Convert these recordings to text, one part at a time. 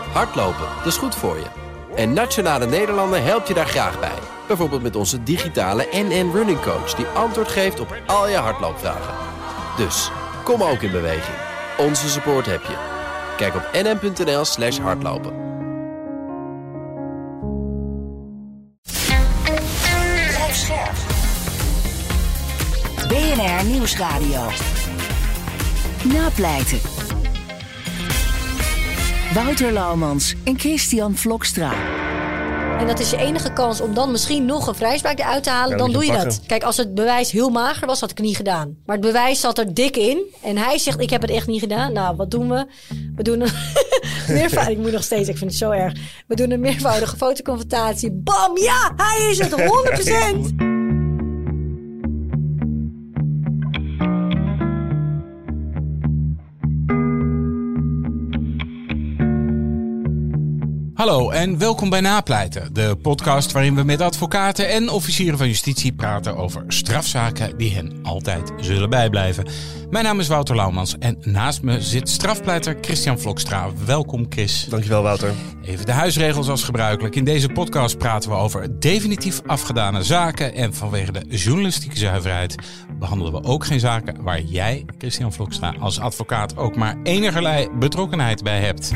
Hardlopen, dat is goed voor je. En Nationale Nederlanden helpt je daar graag bij. Bijvoorbeeld met onze digitale NN Running Coach... die antwoord geeft op al je hardloopvragen. Dus, kom ook in beweging. Onze support heb je. Kijk op nn.nl/hardlopen. BNR Nieuwsradio. Napleiten. Wouter Laumans en Christian Vlokstra. En dat is je enige kans om dan misschien nog een vrijspraak eruit te halen. Dan doe je dat. Kijk, als het bewijs heel mager was, had ik het niet gedaan. Maar het bewijs zat er dik in. En hij zegt, ik heb het echt niet gedaan. Nou, wat doen we? We doen een meervoudige... Ik moet nog steeds, ik vind het zo erg. We doen een meervoudige fotoconfrontatie. Bam, ja, hij is het, 100%. Hallo en welkom bij Napleiten, de podcast waarin we met advocaten en officieren van justitie praten over strafzaken die hen altijd zullen bijblijven. Mijn naam is Wouter Laumans en naast me zit strafpleiter Christian Vlokstra. Welkom Chris. Dankjewel Wouter. Even de huisregels als gebruikelijk. In deze podcast praten we over definitief afgedane zaken en vanwege de journalistieke zuiverheid behandelen we ook geen zaken waar jij, Christian Vlokstra, als advocaat ook maar enigerlei betrokkenheid bij hebt.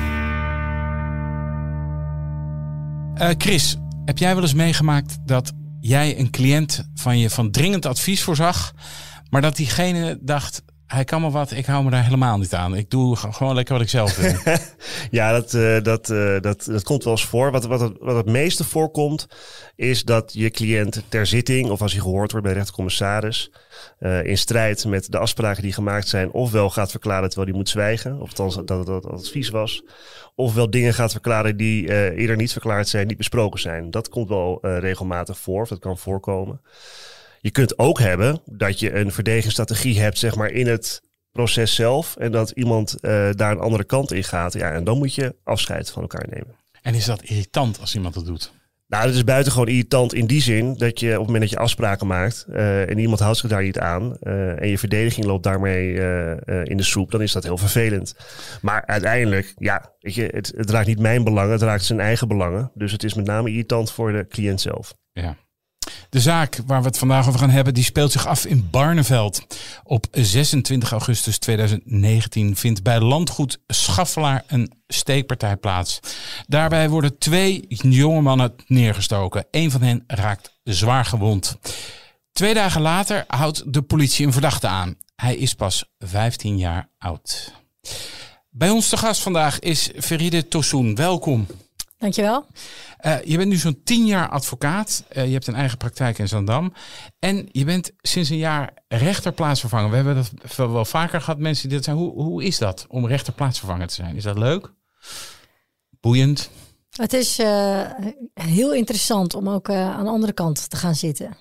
Chris, heb jij wel eens meegemaakt dat jij een cliënt van je van dringend advies voorzag, maar dat diegene dacht, hij kan me wat, ik hou me daar helemaal niet aan. Ik doe gewoon lekker wat ik zelf wil. Ja, dat komt wel eens voor. Wat het meeste voorkomt, is dat je cliënt ter zitting, of als hij gehoord wordt bij de rechtercommissaris, in strijd met de afspraken die gemaakt zijn, ofwel gaat verklaren terwijl hij moet zwijgen, of althans dat het advies was, ofwel dingen gaat verklaren die eerder niet verklaard zijn, niet besproken zijn. Dat komt wel regelmatig voor, of dat kan voorkomen. Je kunt ook hebben dat je een verdedigingsstrategie hebt, zeg maar, in het proces zelf, en dat iemand daar een andere kant in gaat. Ja, en dan moet je afscheid van elkaar nemen. En is dat irritant als iemand dat doet? Nou, het is buitengewoon irritant in die zin dat je op het moment dat je afspraken maakt en iemand houdt zich daar niet aan en je verdediging loopt daarmee in de soep, dan is dat heel vervelend. Maar uiteindelijk, ja, weet je, het raakt niet mijn belangen, het raakt zijn eigen belangen. Dus het is met name irritant voor de cliënt zelf. Ja. De zaak waar we het vandaag over gaan hebben, die speelt zich af in Barneveld. Op 26 augustus 2019 vindt bij landgoed Schaffelaar een steekpartij plaats. Daarbij worden 2 jonge mannen neergestoken. Eén van hen raakt zwaar gewond. 2 dagen later houdt de politie een verdachte aan. Hij is pas 15 jaar oud. Bij ons te gast vandaag is Feride Tosun. Welkom. Dankjewel. Je bent nu zo'n 10 jaar advocaat. Je hebt een eigen praktijk in Zaandam. En je bent sinds een jaar rechterplaatsvervanger. We hebben dat wel vaker gehad, mensen die dat zijn. Hoe is dat om rechterplaatsvervanger te zijn? Is dat leuk? Boeiend? Het is heel interessant om ook aan de andere kant te gaan zitten.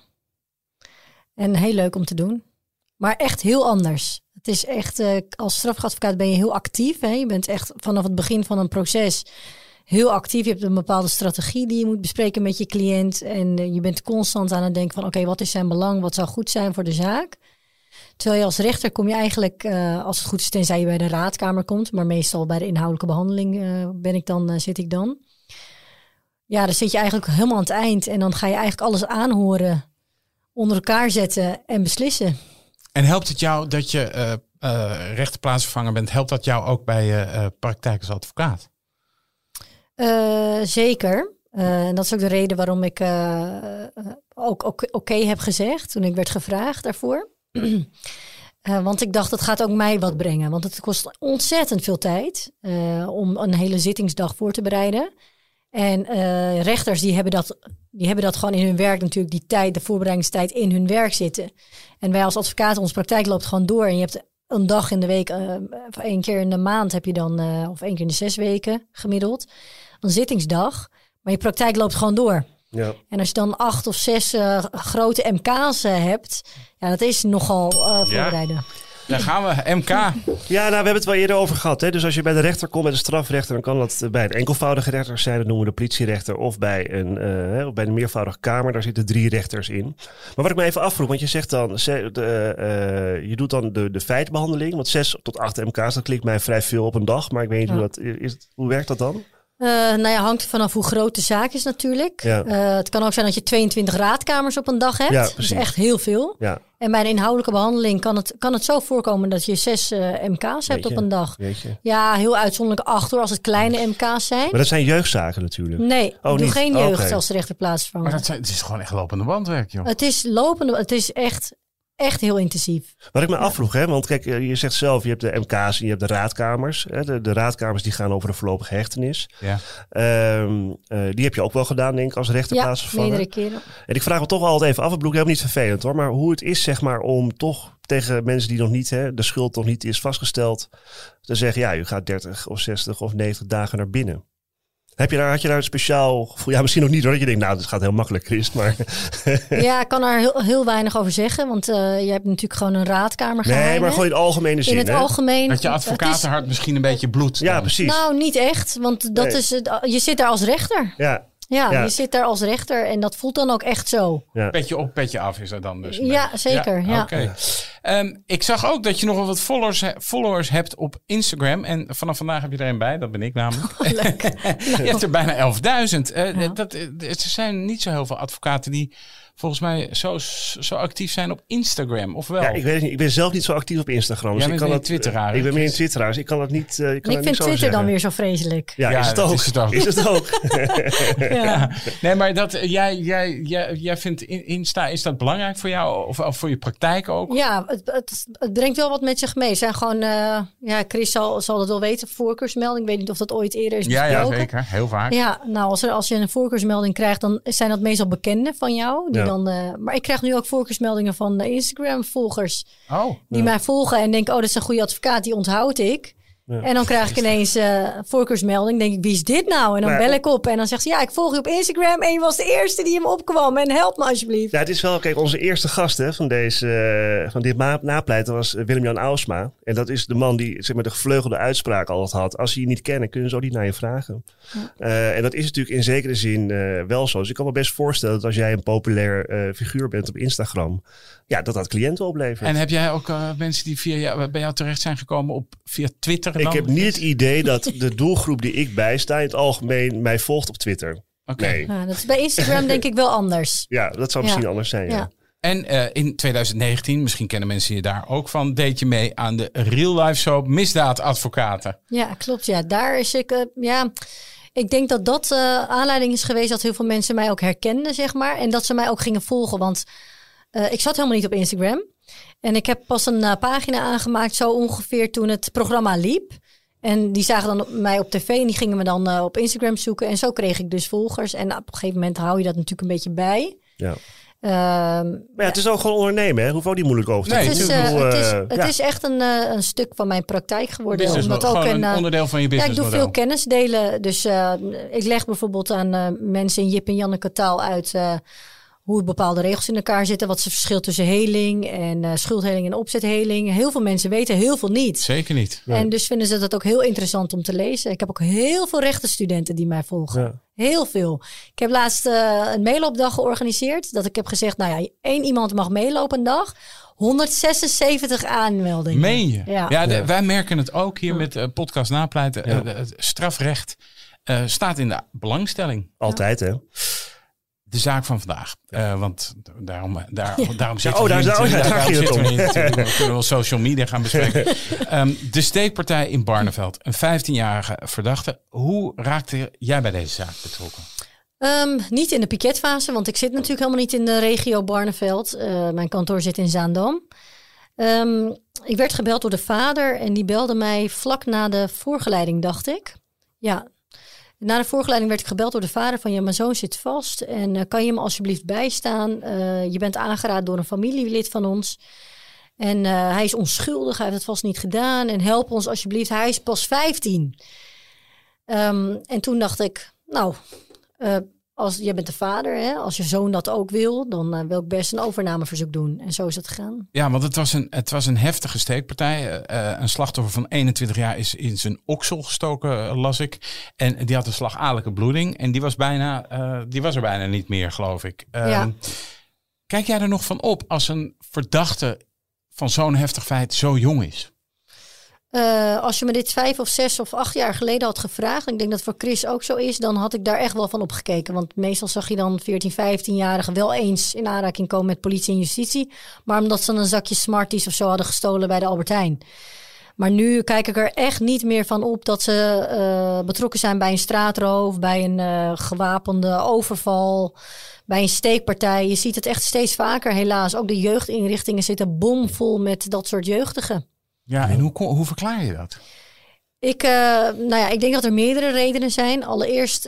En heel leuk om te doen. Maar echt heel anders. Het is echt, als strafrechtadvocaat ben je heel actief. Hè? Je bent echt vanaf het begin van een proces heel actief. Je hebt een bepaalde strategie die je moet bespreken met je cliënt. En je bent constant aan het denken van oké, wat is zijn belang? Wat zou goed zijn voor de zaak? Terwijl je als rechter kom je eigenlijk, als het goed is, tenzij je bij de raadkamer komt, maar meestal bij de inhoudelijke behandeling zit ik dan. Ja, dan zit je eigenlijk helemaal aan het eind. En dan ga je eigenlijk alles aanhoren, onder elkaar zetten en beslissen. En helpt het jou dat je rechterplaatsvervanger bent? Helpt dat jou ook bij je praktijk als advocaat? Zeker. En dat is ook de reden waarom ik ook oké heb gezegd toen ik werd gevraagd daarvoor. Want ik dacht, het gaat ook mij wat brengen. Want het kost ontzettend veel tijd om een hele zittingsdag voor te bereiden. En rechters die hebben dat gewoon in hun werk natuurlijk, die tijd, de voorbereidingstijd in hun werk zitten. En wij als advocaten, onze praktijk loopt gewoon door. En je hebt een dag in de week, 1 keer in de maand heb je dan, of 1 keer in de 6 weken gemiddeld, een zittingsdag. Maar je praktijk loopt gewoon door. Ja. En als je dan 8 of 6 grote MK's hebt, ja, dat is nogal voorbereiden. Ja. Daar gaan we, MK. Ja, nou, we hebben het wel eerder over gehad. Hè? Dus als je bij de rechter komt, bij de strafrechter, dan kan dat bij een enkelvoudige rechter zijn. Dat noemen we de politierechter. Of bij een meervoudige kamer. Daar zitten 3 rechters in. Maar wat ik me even afvroeg, want je zegt dan, je doet dan de feitbehandeling. Want 6 tot 8 MK's, dat klinkt mij vrij veel op een dag. Maar ik weet niet hoe werkt dat dan? Hangt vanaf hoe groot de zaak is natuurlijk. Ja. Het kan ook zijn dat je 22 raadkamers op een dag hebt. Ja, dat is precies. echt heel veel. Ja, En bij een inhoudelijke behandeling kan het zo voorkomen dat je 6 MK's hebt op een dag. weet je. Ja, heel uitzonderlijk 8 hoor, als het kleine MK's zijn. Maar dat zijn jeugdzaken natuurlijk. Nee, ik doe niet? geen jeugd Oké. als rechterplaatsvervanger. Maar het is gewoon echt lopende bandwerk, joh. Het is lopende, het is echt heel intensief. Wat ik me afvroeg, hè, want kijk, je zegt zelf, je hebt de MK's en je hebt de raadkamers. Hè, de raadkamers die gaan over de voorlopige hechtenis. Ja. Die heb je ook wel gedaan, denk ik, als Ja, rechterplaatsvervanger. meerdere keren. En ik vraag me toch altijd even af, het bloed helemaal niet vervelend hoor, maar hoe het is zeg maar om toch tegen mensen die nog niet, de schuld nog niet is vastgesteld, te zeggen, ja, u gaat 30 of 60 of 90 dagen naar binnen. Had je daar een speciaal gevoel? Ja, misschien nog niet hoor. Dat je denkt, nou, dat gaat heel makkelijk, Christ. Maar Ja, ik kan er heel weinig over zeggen. Want je hebt natuurlijk gewoon een raadkamer nee, geheimen. maar gewoon in het algemene zin. In het hè? algemeen. Dat je het is- advocatenhart misschien een beetje bloedt. Ja, dan. precies. Nou, niet echt. Want dat Nee. is je zit daar als rechter. Ja, Ja, je zit daar als rechter. En dat voelt dan ook echt zo. Petje op, petje af is dat dan dus. een Ja, beetje. zeker, ja. Oké. Ik zag ook dat je nogal wat followers hebt op Instagram. En vanaf vandaag heb je er een bij. Dat ben ik namelijk. Je hebt er bijna 11.000. Er zijn niet zo heel veel advocaten die volgens mij zo actief zijn op Instagram. Of wel? ja, ik weet het niet. Ik ben zelf niet zo actief op Instagram. Jij ik bent kan meer dat, Twitteraar, ik ben hè, meer een Chris? Twitteraar, dus ik kan dat niet. Ik En ik vind Twitter dan weer zo vreselijk. Ja, Ja, is het dat ook? is het ook. Is het ook? Ja. Nee, maar jij vindt Insta, is dat belangrijk voor jou? Of voor je praktijk ook? Ja, het brengt wel wat met zich mee. Het zijn gewoon, Chris zal dat wel weten, voorkeursmelding. Ik weet niet of dat ooit eerder is besproken. Ja, zeker. Heel vaak. Ja, nou, als je een voorkeursmelding krijgt, dan zijn dat meestal bekenden van jou. Die Ja. dan, maar ik krijg nu ook voorkeursmeldingen van Instagram-volgers Oh. die mij volgen en denken, oh, dat is een goede advocaat, die onthoud ik. Ja. En dan krijg ik ineens voorkeursmelding. Denk ik, wie is dit nou? En dan Maar- bel ik op en dan zegt ze, ja, ik volg je op Instagram en je was de eerste die hem opkwam. En help me alsjeblieft. Ja, het is wel, kijk, onze eerste gast hè, van dit napleiten was Willem-Jan Ausma. En dat is de man die zeg maar, de gevleugelde uitspraak altijd had. Als ze je niet kennen, kunnen ze ook niet naar je vragen. En dat is natuurlijk in zekere zin wel zo. Dus ik kan me best voorstellen dat als jij een populair figuur bent op Instagram, ja, dat cliënten oplevert. En heb jij ook mensen die bij jou terecht zijn gekomen via Twitter? Ik dan? heb niet het idee dat de doelgroep die ik bijsta in het algemeen mij volgt op Twitter. Oké. Nee. Ja, dat is bij Instagram denk ik wel anders. Ja, dat zou misschien anders zijn. Ja. Ja. En in 2019, misschien kennen mensen je daar ook van, deed je mee aan de real life soap Misdaadadvocaten. Ja, klopt. Ja, daar is ik. Ik denk dat dat aanleiding is geweest dat heel veel mensen mij ook herkenden, zeg maar. En dat ze mij ook gingen volgen. Want ik zat helemaal niet op Instagram. En ik heb pas een pagina aangemaakt, zo ongeveer toen het programma liep. En die zagen dan mij op tv en die gingen me dan op Instagram zoeken. En zo kreeg ik dus volgers. En op een gegeven moment hou je dat natuurlijk een beetje bij. Ja. Maar ja, het is ook gewoon ondernemen, hè? Hoeft ook niet moeilijk over te Nee, Het, is, doen. Ik bedoel, het is echt een stuk van mijn praktijk geworden. Business Omdat model. ook Gewoon een onderdeel van je ja, ik doe businessmodel. veel kennis delen. Dus ik leg bijvoorbeeld aan mensen in Jip en Janneke taal uit hoe bepaalde regels in elkaar zitten. Wat is het verschil tussen heling en schuldheling en opzetheling. Heel veel mensen weten heel veel niet. Zeker niet. Ja. En dus vinden ze dat ook heel interessant om te lezen. Ik heb ook heel veel rechtenstudenten die mij volgen. Ja. Heel veel. Ik heb laatst een meeloopdag georganiseerd. Dat ik heb gezegd, nou ja, 1 iemand mag meelopen een dag. 176 aanmeldingen. Meen je? Ja. Wij merken het ook hier met podcast Napleiten. Het strafrecht staat in de belangstelling. Altijd, hè? De zaak van vandaag. Want daarom zitten daar we hier ging het natuurlijk. om. We kunnen wel social media gaan bespreken. De steekpartij in Barneveld. Een 15-jarige verdachte. Hoe raakte jij bij deze zaak betrokken? Niet in de piketfase, want ik zit natuurlijk helemaal niet in de regio Barneveld. Mijn kantoor zit in Zaandam. Ik werd gebeld door de vader en die belde mij vlak na de voorgeleiding, dacht ik. Ja, na de voorgeleiding werd ik gebeld door de vader van, ja, mijn zoon zit vast en kan je hem alsjeblieft bijstaan? Je bent aangeraden door een familielid van ons. En hij is onschuldig, hij heeft het vast niet gedaan. En help ons alsjeblieft, hij is pas 15. En toen dacht ik, nou, als jij bent de vader, hè, als je zoon dat ook wil, dan wil ik best een overnameverzoek doen. En zo is het gegaan. Ja, want het was een heftige steekpartij. Een slachtoffer van 21 jaar is in zijn oksel gestoken, las ik. En die had een slagadelijke bloeding. En die was er bijna niet meer, geloof ik. Ja. Kijk jij er nog van op als een verdachte van zo'n heftig feit zo jong is? Als je me dit 5 of 6 of 8 jaar geleden had gevraagd... en ik denk dat het voor Chris ook zo is... dan had ik daar echt wel van opgekeken. Want meestal zag je dan 14, 15-jarigen... wel eens in aanraking komen met politie en justitie. Maar omdat ze een zakje Smarties of zo hadden gestolen bij de Albert Heijn. Maar nu kijk ik er echt niet meer van op... dat ze betrokken zijn bij een straatroof... bij een gewapende overval... bij een steekpartij. Je ziet het echt steeds vaker helaas. Ook de jeugdinrichtingen zitten bomvol met dat soort jeugdigen. Ja, en hoe verklaar je dat? Ik denk dat er meerdere redenen zijn. Allereerst,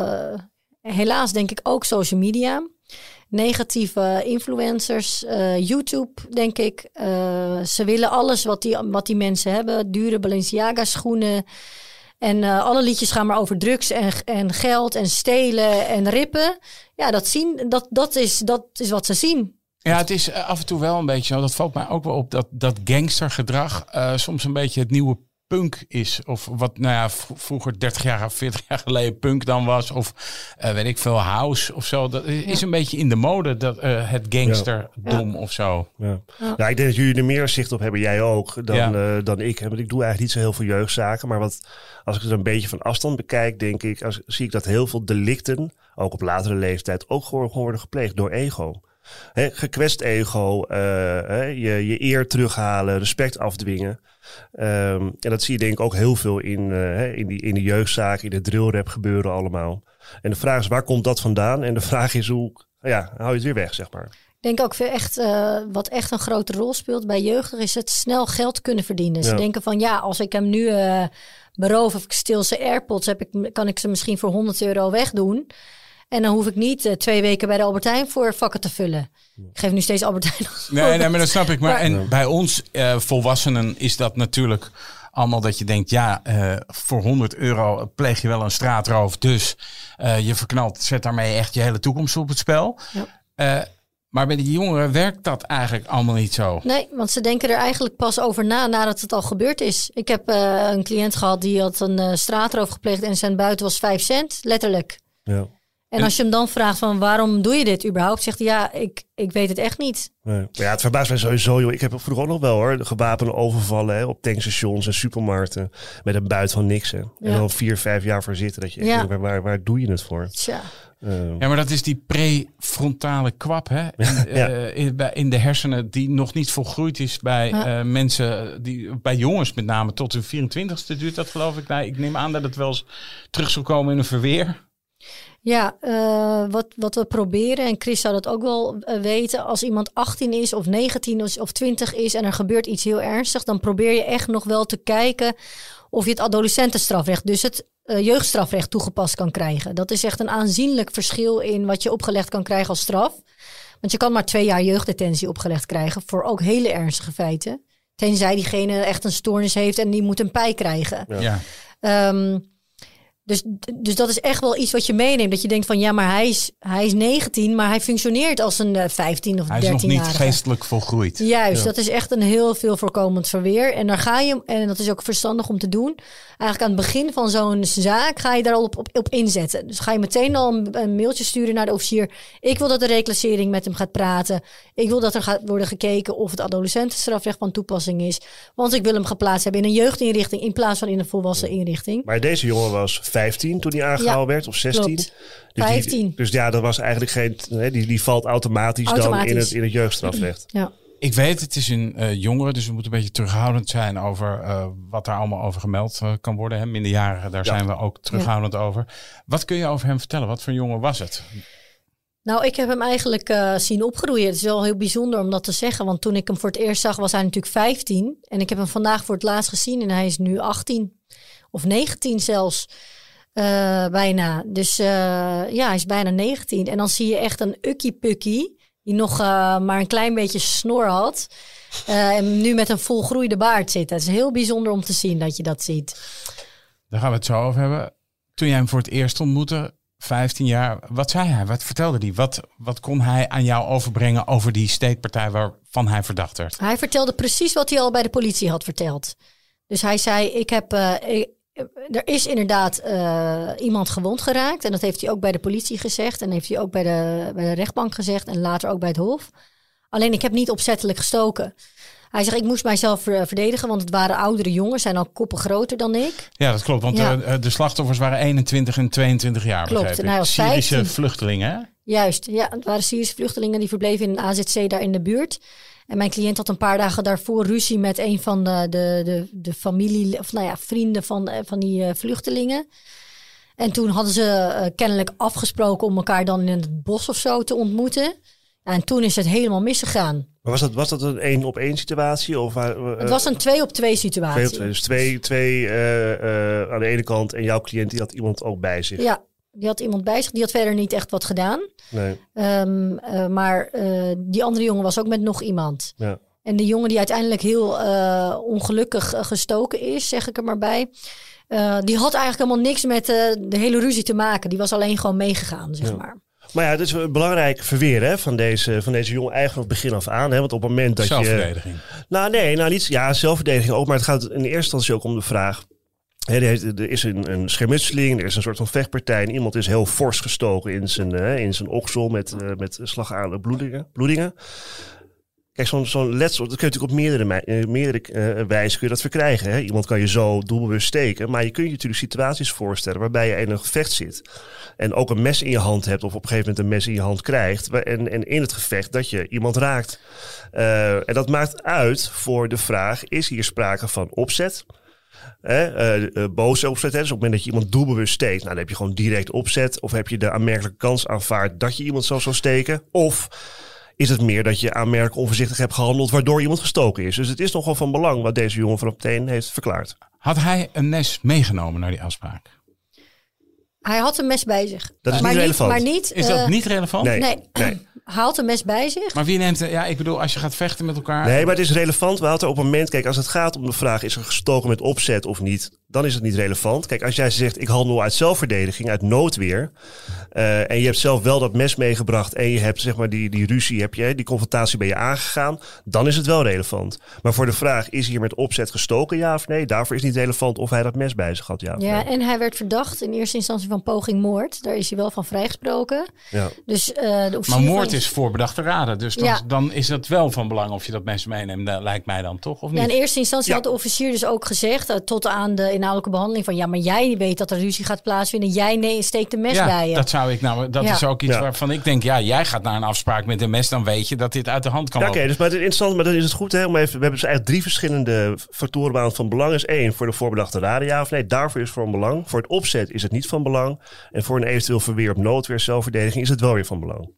helaas denk ik ook social media. Negatieve influencers, YouTube denk ik. Ze willen alles wat die mensen hebben. Dure Balenciaga schoenen. En alle liedjes gaan maar over drugs en geld en stelen en rippen. Ja, dat is wat ze zien. Ja, het is af en toe wel een beetje zo. Dat valt mij ook wel op dat gangstergedrag soms een beetje het nieuwe punk is. Of wat vroeger 30 jaar, 40 jaar geleden punk dan was. Of weet ik veel, house of zo. Dat is een beetje in de mode, het gangsterdom of zo. Ja. Ja, ik denk dat jullie er meer zicht op hebben, jij ook, dan ik. Want ik doe eigenlijk niet zo heel veel jeugdzaken. Maar als ik het een beetje van afstand bekijk, denk ik, zie ik dat heel veel delicten, ook op latere leeftijd, ook gewoon worden gepleegd door ego. Gekwetst ego, je eer terughalen, respect afdwingen. En dat zie je denk ik ook heel veel in de jeugdzaken, in de drillrap gebeuren allemaal. En de vraag is, waar komt dat vandaan? En de vraag is, hoe hou je het weer weg, zeg maar. Ik denk ook wat echt een grote rol speelt bij jeugdigen is het snel geld kunnen verdienen. Ze denken van als ik hem nu beroof of ik stil zijn AirPods, kan ik ze misschien voor €100 wegdoen. En dan hoef ik niet 2 weken bij de Albert Heijn voor vakken te vullen. Ik geef nu steeds Albert Heijn. Nee, maar dat snap ik. Maar bij ons volwassenen is dat natuurlijk allemaal dat je denkt... voor €100 pleeg je wel een straatroof. Dus je zet daarmee echt je hele toekomst op het spel. Ja. Maar bij die jongeren werkt dat eigenlijk allemaal niet zo. Nee, want ze denken er eigenlijk pas over nadat het al gebeurd is. Ik heb een cliënt gehad die had een straatroof gepleegd... en zijn buiten was 5 cent, letterlijk. Ja. En als je hem dan vraagt van waarom doe je dit überhaupt? Zegt hij ik weet het echt niet. Nee. Ja, het verbaast mij sowieso. Joh. Ik heb vroeger ook nog wel gewapende overvallen op tankstations en supermarkten. Met een buit van niks. Hè. Ja. En dan 4, 5 jaar voor zitten. Dat je denkt, waar doe je het voor? Tja. Ja, maar dat is die prefrontale kwap hè? In de hersenen die nog niet volgroeid is bij mensen, bij jongens met name. Tot hun 24ste duurt dat geloof ik. Ik neem aan dat het wel eens terug zal komen in een verweer. Ja, wat we proberen, en Chris zou dat ook wel weten... als iemand 18 is of 19 of 20 is en er gebeurt iets heel ernstigs... dan probeer je echt nog wel te kijken of je het adolescentenstrafrecht... dus het jeugdstrafrecht toegepast kan krijgen. Dat is echt een aanzienlijk verschil in wat je opgelegd kan krijgen als straf. Want je kan maar 2 jaar jeugddetentie opgelegd krijgen... voor ook hele ernstige feiten. Tenzij diegene echt een stoornis heeft en die moet een pij krijgen. Ja. Dus dat is echt wel iets wat je meeneemt. Dat je denkt van maar hij is 19, maar hij functioneert als een 15 of 13-jarige. Hij is nog niet geestelijk volgroeid. Juist, dat is echt een heel veel voorkomend verweer. En daar ga je, en dat is ook verstandig om te doen... eigenlijk aan het begin van zo'n zaak ga je daar al op inzetten. Dus ga je meteen al een mailtje sturen naar de officier. Ik wil dat de reclassering met hem gaat praten. Ik wil dat er gaat worden gekeken of het adolescentenstrafrecht van toepassing is. Want ik wil hem geplaatst hebben in een jeugdinrichting... in plaats van in een volwassen inrichting. Maar deze jongen was 15 toen hij aangehouden werd, of 16. Klopt. 15. Dus dat was eigenlijk geen... Die valt automatisch dan in het jeugdstrafrecht. Ja. Ik weet, het is een jongere, dus we moeten een beetje terughoudend zijn over wat daar allemaal over gemeld kan worden. Hè? Minderjarigen, daar zijn we ook terughoudend over. Wat kun je over hem vertellen? Wat voor jongen was het? Nou, ik heb hem eigenlijk zien opgroeien. Het is wel heel bijzonder om dat te zeggen. Want toen ik hem voor het eerst zag, was hij natuurlijk 15. En ik heb hem vandaag voor het laatst gezien en hij is nu 18. Of 19 zelfs. Bijna. Dus hij is bijna 19. En dan zie je echt een ukkie-pukkie die nog maar een klein beetje snor had. En nu met een volgroeide baard zit. Het is heel bijzonder om te zien dat je dat ziet. Daar gaan we het zo over hebben. Toen jij hem voor het eerst ontmoette, 15 jaar, wat zei hij? Wat vertelde hij? Wat kon hij aan jou overbrengen over die steekpartij waarvan hij verdacht werd? Hij vertelde precies wat hij al bij de politie had verteld. Dus hij zei, er is inderdaad iemand gewond geraakt. En dat heeft hij ook bij de politie gezegd. En heeft hij ook bij de rechtbank gezegd. En later ook bij het Hof. Alleen ik heb niet opzettelijk gestoken. Hij zegt, ik moest mijzelf verdedigen, want het waren oudere jongens, zijn al koppen groter dan ik. Ja, dat klopt, want de slachtoffers waren 21 en 22 jaar. Klopt, en hij was Syrische 15. vluchtelingen, hè? Juist, ja, het waren Syrische vluchtelingen die verbleven in een AZC daar in de buurt. En mijn cliënt had een paar dagen daarvoor ruzie met een van de familie, of vrienden van die vluchtelingen. En toen hadden ze kennelijk afgesproken om elkaar dan in het bos of zo te ontmoeten. En toen is het helemaal misgegaan. Maar was dat een 1-op-1 situatie? Of, Het was een 2-op-2 situatie. 2-op-2, dus twee aan de ene kant en jouw cliënt die had iemand ook bij zich. Ja, die had iemand bij zich. Die had verder niet echt wat gedaan. Nee. Maar die andere jongen was ook met nog iemand. Ja. En de jongen die uiteindelijk heel ongelukkig gestoken is, zeg ik er maar bij. Die had eigenlijk helemaal niks met de hele ruzie te maken. Die was alleen gewoon meegegaan, zeg maar. Maar ja, het is een belangrijk verweer hè, van deze jongen eigenlijk van het begin af aan. Hè, want op het moment dat zelfverdediging. Zelfverdediging ook. Maar het gaat in de eerste instantie ook om de vraag. Hè, er is een schermutseling, er is een soort van vechtpartij. En iemand is heel fors gestoken in zijn oksel met slagaderlijke bloedingen. Kijk, zo'n letsel, dat kun je natuurlijk op meerdere wijzen kun je dat verkrijgen. Hè? Iemand kan je zo doelbewust steken. Maar je kunt je natuurlijk situaties voorstellen waarbij je in een gevecht zit. En ook een mes in je hand hebt of op een gegeven moment een mes in je hand krijgt. En in het gevecht dat je iemand raakt. En dat maakt uit voor de vraag, is hier sprake van opzet? Boze opzet. Hè? Dus op het moment dat je iemand doelbewust steekt, dan heb je gewoon direct opzet. Of heb je de aanmerkelijke kans aanvaard dat je iemand zo zou steken. Of is het meer dat je aanmerkelijk onvoorzichtig hebt gehandeld waardoor iemand gestoken is. Dus het is nogal van belang wat deze jongen vanaf meteen heeft verklaard. Had hij een mes meegenomen naar die afspraak? Hij had een mes bij zich. Dat is niet relevant. Is dat niet relevant? Nee. Hij had een mes bij zich. Maar wie neemt ik bedoel, als je gaat vechten met elkaar. Nee, maar het is relevant. We hadden op een moment, kijk, als het gaat om de vraag, is er gestoken met opzet of niet, dan is het niet relevant. Kijk, als jij zegt, ik handel uit zelfverdediging, uit noodweer, en je hebt zelf wel dat mes meegebracht en je hebt zeg maar die ruzie, die confrontatie ben je aangegaan, dan is het wel relevant. Maar voor de vraag, is hier met opzet gestoken, ja of nee? Daarvoor is niet relevant of hij dat mes bij zich had, ja of nee. Ja, en hij werd verdacht in eerste instantie van poging moord. Daar is hij wel van vrijgesproken. Ja. Dus, maar moord is voorbedachte raden. Dus dan is het wel van belang of je dat mes meeneemt, lijkt mij dan toch, of niet? Ja, in eerste instantie had de officier dus ook gezegd, tot aan de inhoudelijke behandeling, van ja, maar jij weet dat er ruzie gaat plaatsvinden. Jij steekt de mes bij je. Dat is ook iets waarvan ik denk, jij gaat naar een afspraak met een mes, dan weet je dat dit uit de hand kan lopen. Oké, dus maar het is interessant, maar dan is het goed. Hè, we hebben dus eigenlijk 3 verschillende factoren waar het van belang is. 1, voor de voorbedachte raden, ja of nee. Daarvoor is het van belang. Voor het opzet is het niet van belang. En voor een eventueel verweer op noodweer, zelfverdediging, is het wel weer van belang.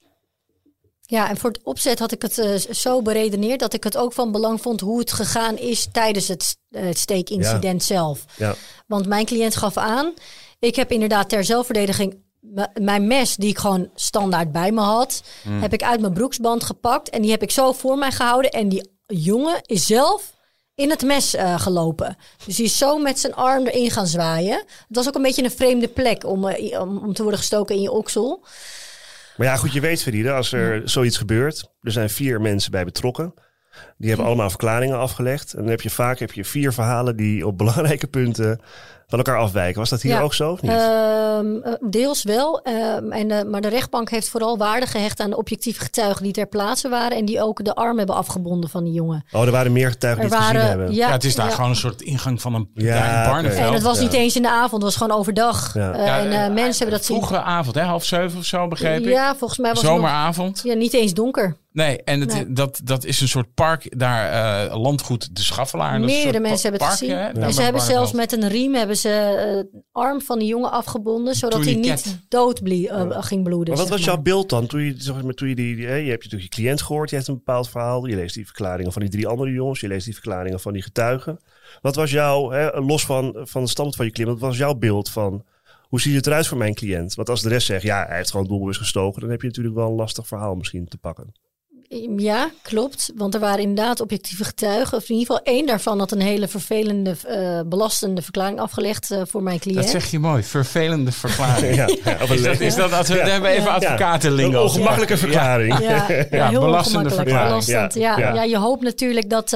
Ja, en voor het opzet had ik het zo beredeneerd dat ik het ook van belang vond hoe het gegaan is tijdens het steekincident zelf. Ja. Want mijn cliënt gaf aan, ik heb inderdaad ter zelfverdediging mijn mes die ik gewoon standaard bij me had, heb ik uit mijn broeksband gepakt en die heb ik zo voor mij gehouden. En die jongen is zelf in het mes gelopen. Dus die is zo met zijn arm erin gaan zwaaien. Het was ook een beetje een vreemde plek om te worden gestoken in je oksel. Maar ja, goed, je weet, Feride, als er zoiets gebeurt, er zijn 4 mensen bij betrokken. Die hebben allemaal verklaringen afgelegd. En dan heb je vaak 4 verhalen die op belangrijke punten van elkaar afwijken. Was dat hier ook zo of niet? Deels wel. Maar de rechtbank heeft vooral waarde gehecht aan de objectieve getuigen die ter plaatse waren. En die ook de arm hebben afgebonden van die jongen. Oh, er waren meer getuigen die het gezien hebben. Ja, het is daar gewoon een soort ingang van een Barneveld. En het was niet eens in de avond, het was gewoon overdag. En mensen hebben dat zien. Vroege avond, 6:30 of zo, begreep ik. Ja, volgens mij was zomeravond. Het niet eens donker. Nee, en dat is een soort park daar, landgoed De Schaffelaar. Meerdere mensen hebben het gezien. En ze hebben zelfs met een riem de arm van de jongen afgebonden, zodat hij niet dood ging bloeden. Maar wat was jouw beeld dan? Toen je je hebt natuurlijk je cliënt gehoord, je hebt een bepaald verhaal. Je leest die verklaringen van die 3 andere jongens, je leest die verklaringen van die getuigen. Wat was jouw, los van de stand van je cliënt, wat was jouw beeld van, hoe ziet het eruit voor mijn cliënt? Want als de rest zegt, hij heeft gewoon doelbewust gestoken, dan heb je natuurlijk wel een lastig verhaal misschien te pakken. Ja, klopt. Want er waren inderdaad objectieve getuigen. Of in ieder geval 1 daarvan had een hele vervelende, belastende verklaring afgelegd voor mijn cliënt. Dat zeg je mooi, vervelende verklaring. Is dat als we hebben even advocatenlingo. Een ongemakkelijke verklaring. Heel belastende verklaring. Ja, je hoopt natuurlijk dat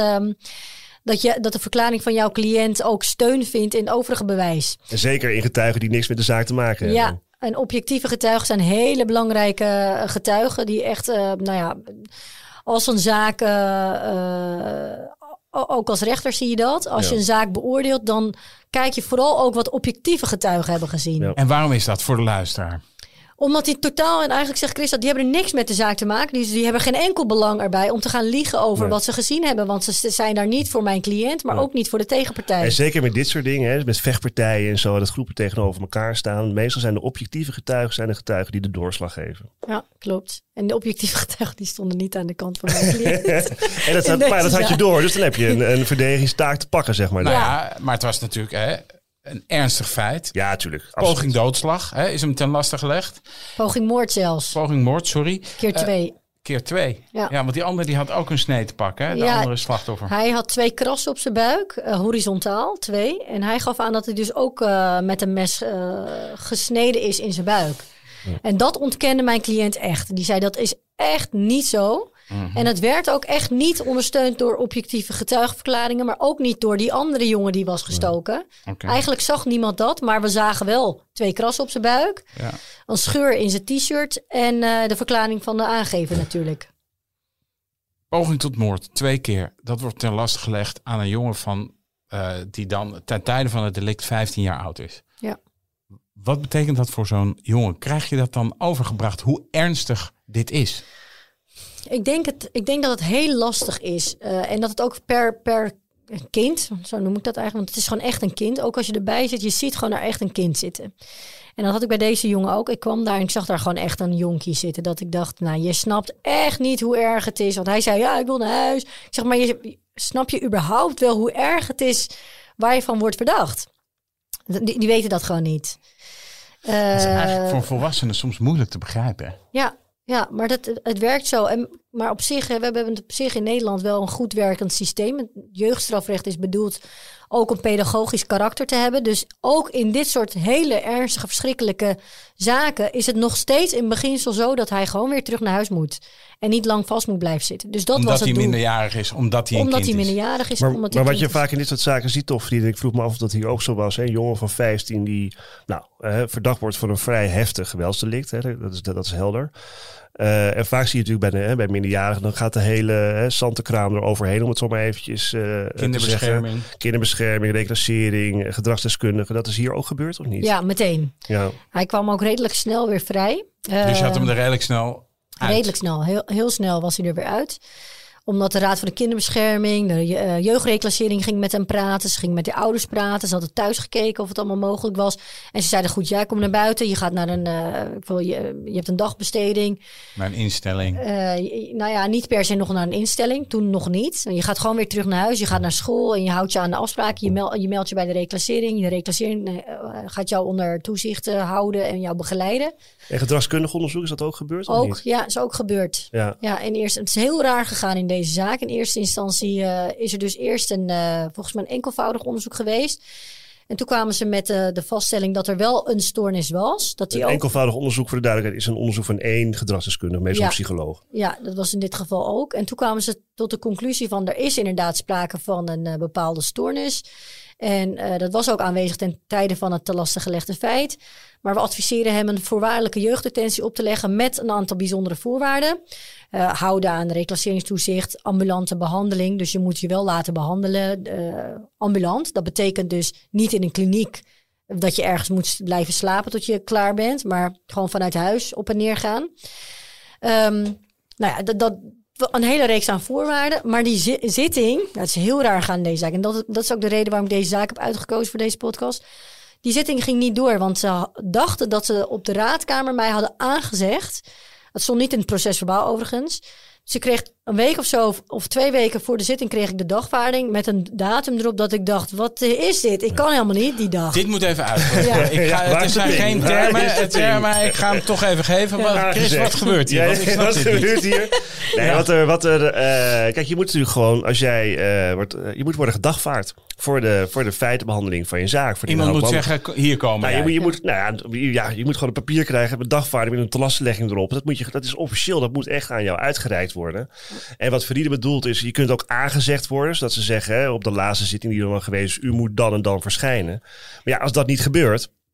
de verklaring van jouw cliënt ook steun vindt in het overige bewijs. En zeker in getuigen die niks met de zaak te maken hebben. Ja. En objectieve getuigen zijn hele belangrijke getuigen die echt, als een zaak, ook als rechter zie je dat. Als je een zaak beoordeelt, dan kijk je vooral ook wat objectieve getuigen hebben gezien. Ja. En waarom is dat voor de luisteraar? Omdat die totaal, en eigenlijk zegt Chris dat die hebben er niks met de zaak te maken. Die hebben geen enkel belang erbij om te gaan liegen over wat ze gezien hebben. Want ze zijn daar niet voor mijn cliënt, maar ook niet voor de tegenpartij. En zeker met dit soort dingen, hè, met vechtpartijen en zo, dat groepen tegenover elkaar staan. Meestal zijn de objectieve getuigen de getuigen die de doorslag geven. Ja, klopt. En de objectieve getuigen die stonden niet aan de kant van mijn cliënt. En dat had je door, dus dan heb je een verdedigingstaak te pakken, zeg maar. Nou ja, maar het was natuurlijk een ernstig feit. Ja, tuurlijk. Poging doodslag is hem ten laste gelegd. Poging moord zelfs. Poging moord, sorry. Keer 2. Keer 2. Ja. Want die andere die had ook een snee te pakken, hè? De andere slachtoffer. Hij had 2 krassen op zijn buik, horizontaal, 2. En hij gaf aan dat hij dus ook met een mes gesneden is in zijn buik. Ja. En dat ontkende mijn cliënt echt. Die zei dat is echt niet zo. Mm-hmm. En het werd ook echt niet ondersteund door objectieve getuigenverklaringen, maar ook niet door die andere jongen die was gestoken. Okay. Eigenlijk zag niemand dat, maar we zagen wel 2 krassen op zijn buik, een scheur in zijn t-shirt en de verklaring van de aangever natuurlijk. Poging tot moord, 2 keer. Dat wordt ten laste gelegd aan een jongen van die dan ten tijde van het delict 15 jaar oud is. Ja. Wat betekent dat voor zo'n jongen? Krijg je dat dan overgebracht hoe ernstig dit is? Ik denk dat het heel lastig is. En dat het ook per kind, zo noem ik dat eigenlijk. Want het is gewoon echt een kind. Ook als je erbij zit, je ziet gewoon daar echt een kind zitten. En dat had ik bij deze jongen ook. Ik kwam daar en ik zag daar gewoon echt een jonkie zitten. Dat ik dacht, nou, je snapt echt niet hoe erg het is. Want hij zei, ja, ik wil naar huis. Ik zeg, maar snap je überhaupt wel hoe erg het is waar je van wordt verdacht? Die weten dat gewoon niet. Dat is eigenlijk voor volwassenen soms moeilijk te begrijpen. Hè? Ja, maar het werkt zo. Maar op zich, we hebben op zich in Nederland wel een goed werkend systeem. Het jeugdstrafrecht is bedoeld ook een pedagogisch karakter te hebben. Dus ook in dit soort hele ernstige, verschrikkelijke zaken is het nog steeds in beginsel zo dat hij gewoon weer terug naar huis moet. En niet lang vast moet blijven zitten. Dus dat omdat was het hij doel. Minderjarig is, omdat hij minderjarig is. Maar wat je vaak in dit soort zaken ziet, of ik vroeg me af of dat hier ook zo was. Een jongen van 15 die verdacht wordt van een vrij heftig geweldsdelict. Hè, dat is helder. En vaak zie je natuurlijk bij minderjarigen, dan gaat de hele zantenkraam eroverheen, om het zo maar eventjes kinderbescherming. Te zeggen. Kinderbescherming, reclassering, gedragsdeskundige. Dat is hier ook gebeurd, of niet? Ja, meteen. Ja. Hij kwam ook redelijk snel weer vrij. Dus je had hem er redelijk snel uit? Redelijk snel. Heel snel was hij er weer uit. Omdat de Raad van de Kinderbescherming, de jeugdreclassering ging met hem praten. Ze ging met de ouders praten. Ze hadden thuis gekeken of het allemaal mogelijk was. En ze zeiden, goed, jij komt naar buiten. Je gaat naar je hebt een dagbesteding. Naar een instelling. Niet per se nog naar een instelling. Toen nog niet. Je gaat gewoon weer terug naar huis. Je gaat naar school en je houdt je aan de afspraken. Je meldt je bij de reclassering. De reclassering gaat jou onder toezicht houden en jou begeleiden. En gedragskundig onderzoek, is dat ook gebeurd? Ook, ja, is ook gebeurd. Ja, het is heel raar gegaan in deze zaak. In eerste instantie is er dus eerst volgens mij een enkelvoudig onderzoek geweest. En toen kwamen ze met de vaststelling dat er wel een stoornis was. Een enkelvoudig onderzoek, voor de duidelijkheid, is een onderzoek van 1 gedragsdeskundige, meestal een psycholoog. Ja, dat was in dit geval ook. En toen kwamen ze tot de conclusie van er is inderdaad sprake van een bepaalde stoornis. En dat was ook aanwezig ten tijde van het te laste gelegde feit. Maar we adviseren hem een voorwaardelijke jeugddetentie op te leggen met een aantal bijzondere voorwaarden. Houden aan reclasseringstoezicht, ambulante behandeling. Dus je moet je wel laten behandelen ambulant. Dat betekent dus niet in een kliniek dat je ergens moet blijven slapen tot je klaar bent. Maar gewoon vanuit huis op en neer gaan. Een hele reeks aan voorwaarden. Maar die zitting, dat is heel raar gaan in deze zaak. En dat is ook de reden waarom ik deze zaak heb uitgekozen voor deze podcast. Die zitting ging niet door, want ze dachten dat ze op de raadkamer mij hadden aangezegd. Het stond niet in het procesverbaal overigens. Ze kreeg een week of zo, of 2 weken voor de zitting, kreeg ik de dagvaarding met een datum erop dat ik dacht, wat is dit? Ik kan helemaal niet die dag. Dit moet even uit. Het zijn geen termen. Ik ga hem toch even geven. Chris, wat gebeurt hier? Wat gebeurt hier? Nee, kijk, je moet natuurlijk gewoon, als jij je moet worden gedagvaard voor de feitenbehandeling van je zaak. Iemand moet zeggen, hier komen. Je moet gewoon een papier krijgen met dagvaarding met een telastenlegging erop. Dat is officieel, dat moet echt aan jou uitgereikt worden. En wat Fariede bedoelt is, je kunt ook aangezegd worden, zodat ze zeggen, op de laatste zitting die er dan geweest is, u moet dan en dan verschijnen. Maar ja, als dat niet gebeurt,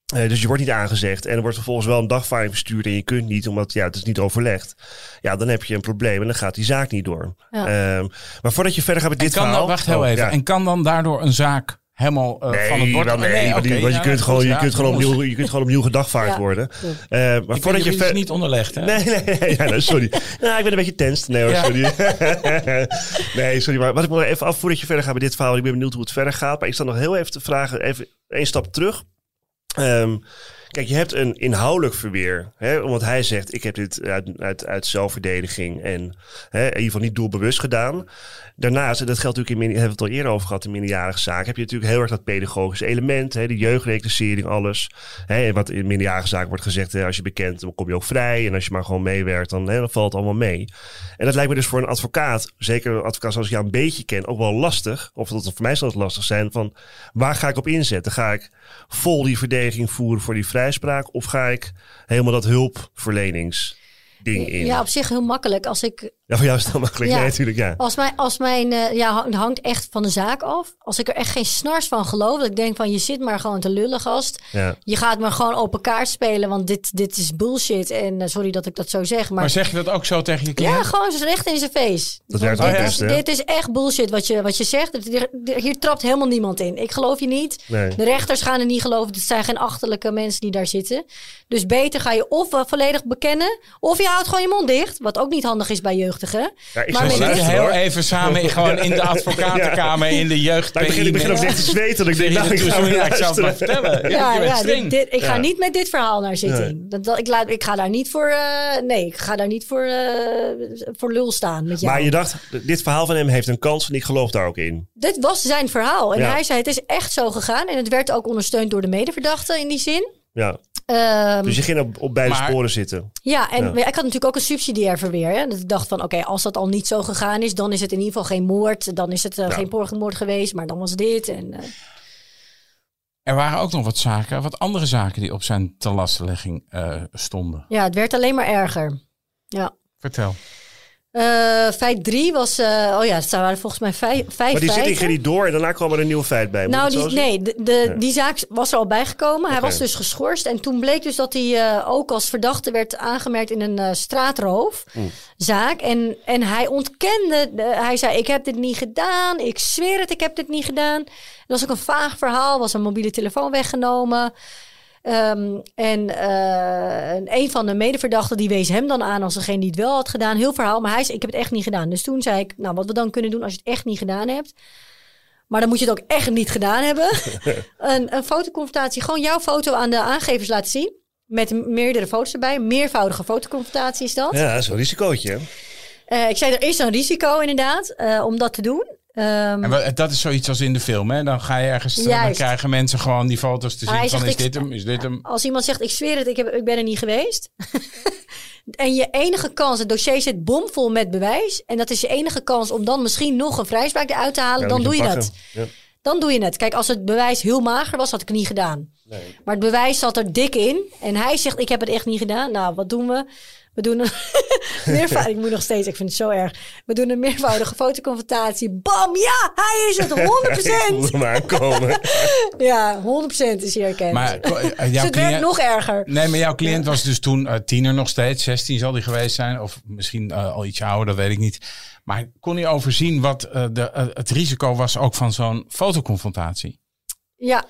Dus je wordt niet aangezegd. En er wordt vervolgens wel een dagvaarding verstuurd. En je kunt niet, omdat het is niet overlegd. Ja, dan heb je een probleem. En dan gaat die zaak niet door. Ja. Maar voordat je verder gaat met dit verhaal... Wacht heel even. Ja. En kan dan daardoor een zaak helemaal van het bord... Want je kunt gewoon opnieuw gedagvaard worden. Maar voordat je is niet onderlegd, hè? Nee, sorry. Nou, ik ben een beetje tenst. Nee hoor, sorry. Nee, sorry. Maar wat ik me even af voordat je verder gaat met dit verhaal. Ik ben benieuwd hoe het verder gaat. Maar ik sta nog heel even te vragen. Even één stap terug. Kijk, je hebt een inhoudelijk verweer. Hè, omdat hij zegt, ik heb dit uit zelfverdediging en in ieder geval niet doelbewust gedaan. Daarnaast, en dat geldt natuurlijk, hebben we het al eerder over gehad in minderjarige zaken, heb je natuurlijk heel erg dat pedagogische element, de jeugdreclassering, alles. En wat in minderjarige zaken wordt gezegd, als je bekend, dan kom je ook vrij. En als je maar gewoon meewerkt, dan valt het allemaal mee. En dat lijkt me dus voor een advocaat, zeker een advocaat zoals ik jou een beetje ken, ook wel lastig. Of dat voor mij zal het lastig zijn van, waar ga ik op inzetten? Ga ik vol die verdediging voeren voor die vrijspraak? Of ga ik helemaal dat hulpverleningsding in? Ja, op zich heel makkelijk. Als ik... Ja, voor jou is het heel makkelijk. Ja. Nee, natuurlijk, ja. Het hangt echt van de zaak af. Als ik er echt geen snars van geloof, dat ik denk van je zit maar gewoon te lullen, gast. Ja. Je gaat maar gewoon open kaart spelen, want dit is bullshit. En sorry dat ik dat zo zeg. Maar zeg je dat ook zo tegen je cliënt? Ja, gewoon recht in zijn face. Dat werkt dit is echt bullshit wat je zegt. Hier trapt helemaal niemand in. Ik geloof je niet. Nee. De rechters gaan er niet geloven. Het zijn geen achterlijke mensen die daar zitten. Dus beter ga je of volledig bekennen, of je houdt gewoon je mond dicht. Wat ook niet handig is bij jeugdigen. Ja, maar zit je heel even samen gewoon in de advocatenkamer, in de jeugd. Ik begin ook echt te zweten. Ik denk, ik zal het maar vertellen. Ik ga niet met dit verhaal naar zitting. Ja. Ik ga daar niet voor lul staan met jou. Maar je dacht, dit verhaal van hem heeft een kans en ik geloof daar ook in. Dit was zijn verhaal. En hij zei, het is echt zo gegaan. En het werd ook ondersteund door de medeverdachte in die zin. Ja. Dus je ging op beide sporen zitten. Ja, en ik had natuurlijk ook een subsidiair verweer. Hè? Dat ik dacht van, oké, als dat al niet zo gegaan is, dan is het in ieder geval geen moord. Dan is het geen pogingmoord geweest, maar dan was dit. En, Er waren ook nog wat andere zaken die op zijn ten lastenlegging stonden. Ja, het werd alleen maar erger. Ja. Vertel. Feit 3 was... het waren volgens mij 5 feiten. Maar die zitting ging niet door en daarna kwam er een nieuw feit bij. Die zaak was er al bijgekomen. Okay. Hij was dus geschorst. En toen bleek dus dat hij ook als verdachte werd aangemerkt in een straatroofzaak. En hij ontkende... hij zei, ik heb dit niet gedaan. Ik zweer het, ik heb dit niet gedaan. Dat was ook een vaag verhaal. Was een mobiele telefoon weggenomen. Een van de medeverdachten die wees hem dan aan als degene die het wel had gedaan. Heel verhaal, maar hij zei, ik heb het echt niet gedaan. Dus toen zei ik, nou, wat we dan kunnen doen als je het echt niet gedaan hebt. Maar dan moet je het ook echt niet gedaan hebben. een fotoconfrontatie, gewoon jouw foto aan de aangevers laten zien. Met meerdere foto's erbij. Meervoudige fotoconfrontatie is dat. Ja, dat is een risicootje. Ik zei, er is een risico inderdaad om dat te doen. En dat is zoiets als in de film, hè? Dan ga je ergens dan krijgen mensen gewoon die foto's te zien van zegt, is dit hem? Als iemand zegt, ik zweer het, ik ben er niet geweest. En je enige kans, het dossier zit bomvol met bewijs. En dat is je enige kans om dan misschien nog een vrijspraak eruit te halen. Dan doe je dat. Ja. Dan doe je het. Kijk, als het bewijs heel mager was, had ik het niet gedaan. Nee. Maar het bewijs zat er dik in. En hij zegt, ik heb het echt niet gedaan. Nou, wat doen we? We doen een meervoudige... Ik moet nog steeds, ik vind het zo erg. We doen een meervoudige fotoconfrontatie. Bam, ja, hij is het, 100%. Moet hem aankomen. Ja, 100% is hier erkend. Maar dus het werd nog erger. Nee, maar jouw cliënt was dus toen tiener nog steeds. 16 zal hij geweest zijn. Of misschien al iets ouder, dat weet ik niet. Maar kon hij overzien wat het risico was ook van zo'n fotoconfrontatie? Ja,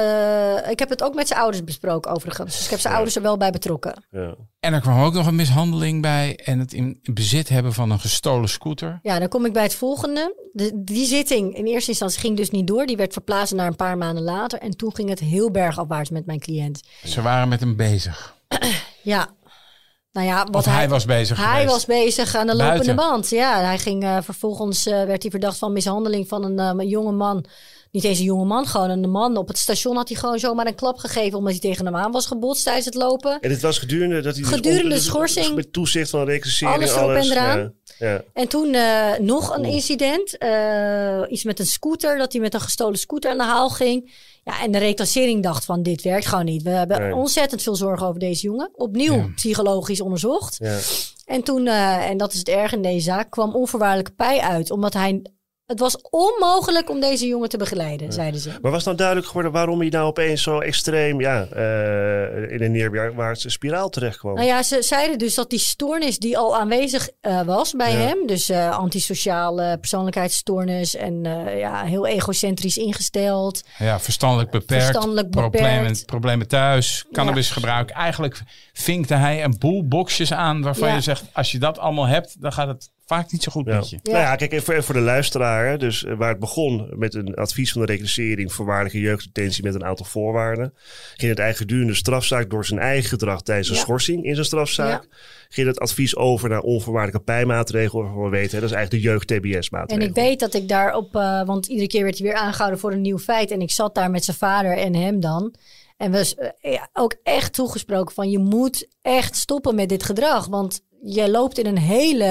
ik heb het ook met zijn ouders besproken overigens. Dus ik heb zijn ouders er wel bij betrokken. Ja. En er kwam ook nog een mishandeling bij en het in bezit hebben van een gestolen scooter. Ja, dan kom ik bij het volgende. Die zitting in eerste instantie ging dus niet door. Die werd verplaatst naar een paar maanden later. En toen ging het heel bergafwaarts met mijn cliënt. Ze waren met hem bezig. Ja. Nou ja, hij was bezig Hij was bezig aan de lopende band. Ja, hij ging vervolgens werd hij verdacht van mishandeling van een jonge man. Niet eens een jonge man, gewoon een man. Op het station had hij gewoon zomaar een klap gegeven omdat hij tegen hem aan was gebotst tijdens het lopen. En dit was gedurende dat hij gedurende de schorsing. Met toezicht van de reclassering. Alles erop en eraan. Ja. Ja. En toen nog een incident. Iets met een scooter. Dat hij met een gestolen scooter aan de haal ging. Ja, en de reclassering dacht van dit werkt gewoon niet. We hebben ontzettend veel zorgen over deze jongen. Opnieuw psychologisch onderzocht. Ja. En toen, en dat is het erg in deze zaak, kwam onvoorwaardelijke pij uit. Omdat hij Het was onmogelijk om deze jongen te begeleiden, zeiden ze. Maar was nou duidelijk geworden waarom hij nou opeens zo extreem in een neerwaartse spiraal terecht kwam? Nou ja, ze zeiden dus dat die stoornis die al aanwezig was bij hem, dus antisociale persoonlijkheidsstoornis en heel egocentrisch ingesteld. Ja, verstandelijk beperkt. Problemen thuis, cannabisgebruik. Eigenlijk vinkte hij een boel boxjes aan waarvan je zegt, als je dat allemaal hebt, dan gaat het vaak niet zo goed met je. Ja. Nou ja, kijk, even voor de luisteraar. Dus waar het begon met een advies van de reclassering, voorwaardelijke jeugddetentie met een aantal voorwaarden, ging het eigenlijk gedurende de strafzaak door zijn eigen gedrag tijdens een schorsing in zijn strafzaak, ging het advies over naar onvoorwaardelijke pijmaatregelen, waarvan we weten, dat is eigenlijk de jeugd-TBS-maatregel. En ik weet dat ik daarop, want iedere keer werd hij weer aangehouden voor een nieuw feit en ik zat daar met zijn vader en hem dan. En we ook echt toegesproken van, je moet echt stoppen met dit gedrag, want je loopt in een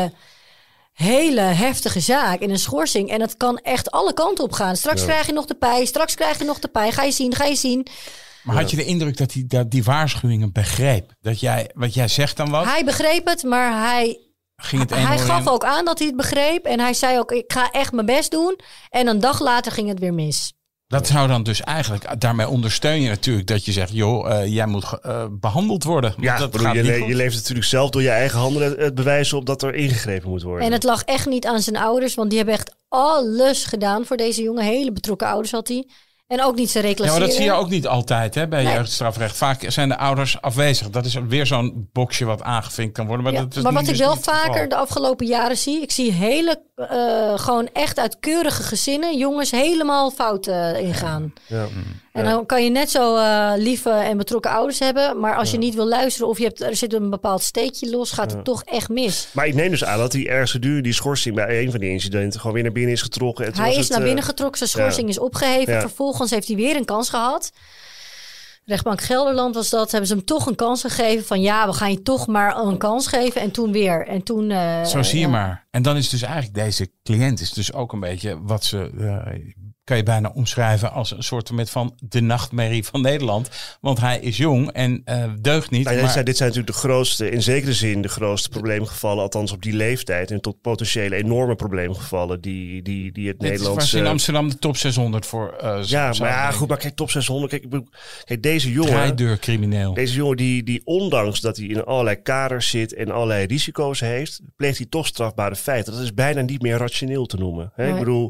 hele heftige zaak in een schorsing. En het kan echt alle kanten op gaan. Straks krijg je nog de pij. Ga je zien. Maar had je de indruk dat die waarschuwingen begreep? Wat jij zegt dan wat? Hij begreep het, maar hij gaf ook aan dat hij het begreep. En hij zei ook, ik ga echt mijn best doen. En een dag later ging het weer mis. Dat zou dan dus eigenlijk, daarmee ondersteun je natuurlijk dat je zegt, jij moet behandeld worden. Ja, je leeft natuurlijk zelf door je eigen handen het bewijs op dat er ingegrepen moet worden. En het lag echt niet aan zijn ouders, want die hebben echt alles gedaan voor deze jongen. Hele betrokken ouders had hij. En ook niet zijn reclasseren. Ja, maar dat zie je ook niet altijd bij jeugdstrafrecht. Vaak zijn de ouders afwezig. Dat is weer zo'n boxje wat aangevinkt kan worden. Maar wat ik wel vaker de afgelopen jaren zie. Ik zie gewoon echt uit keurige gezinnen jongens helemaal fout ingaan. Ja. En dan kan je net zo lieve en betrokken ouders hebben. Maar als je niet wil luisteren of er zit een bepaald steekje los, gaat het toch echt mis. Maar ik neem dus aan dat hij ergens gedurende die schorsing bij een van die incidenten gewoon weer naar binnen is getrokken. En hij is naar binnen getrokken, zijn schorsing is opgeheven. Ja. Vervolgens heeft hij weer een kans gehad. Rechtbank Gelderland was dat. Hebben ze hem toch een kans gegeven van we gaan je toch maar een kans geven. En toen weer. En toen, zo zie je maar. En dan is dus eigenlijk deze cliënt is dus ook een beetje wat ze... kan je bijna omschrijven als een soort van de nachtmerrie van Nederland. Want hij is jong en deugt niet. Nou, dit zijn natuurlijk de grootste, in zekere zin de grootste probleemgevallen, althans op die leeftijd. En tot potentiële enorme probleemgevallen die het Nederlands... was in Amsterdam de top 600 voor... maar kijk, top 600. Kijk, deze jongen... Draaideurcrimineel. Deze jongen die ondanks dat hij in allerlei kaders zit en allerlei risico's heeft, pleegt hij toch strafbare feiten. Dat is bijna niet meer rationeel te noemen. Hè? Nee. Ik bedoel...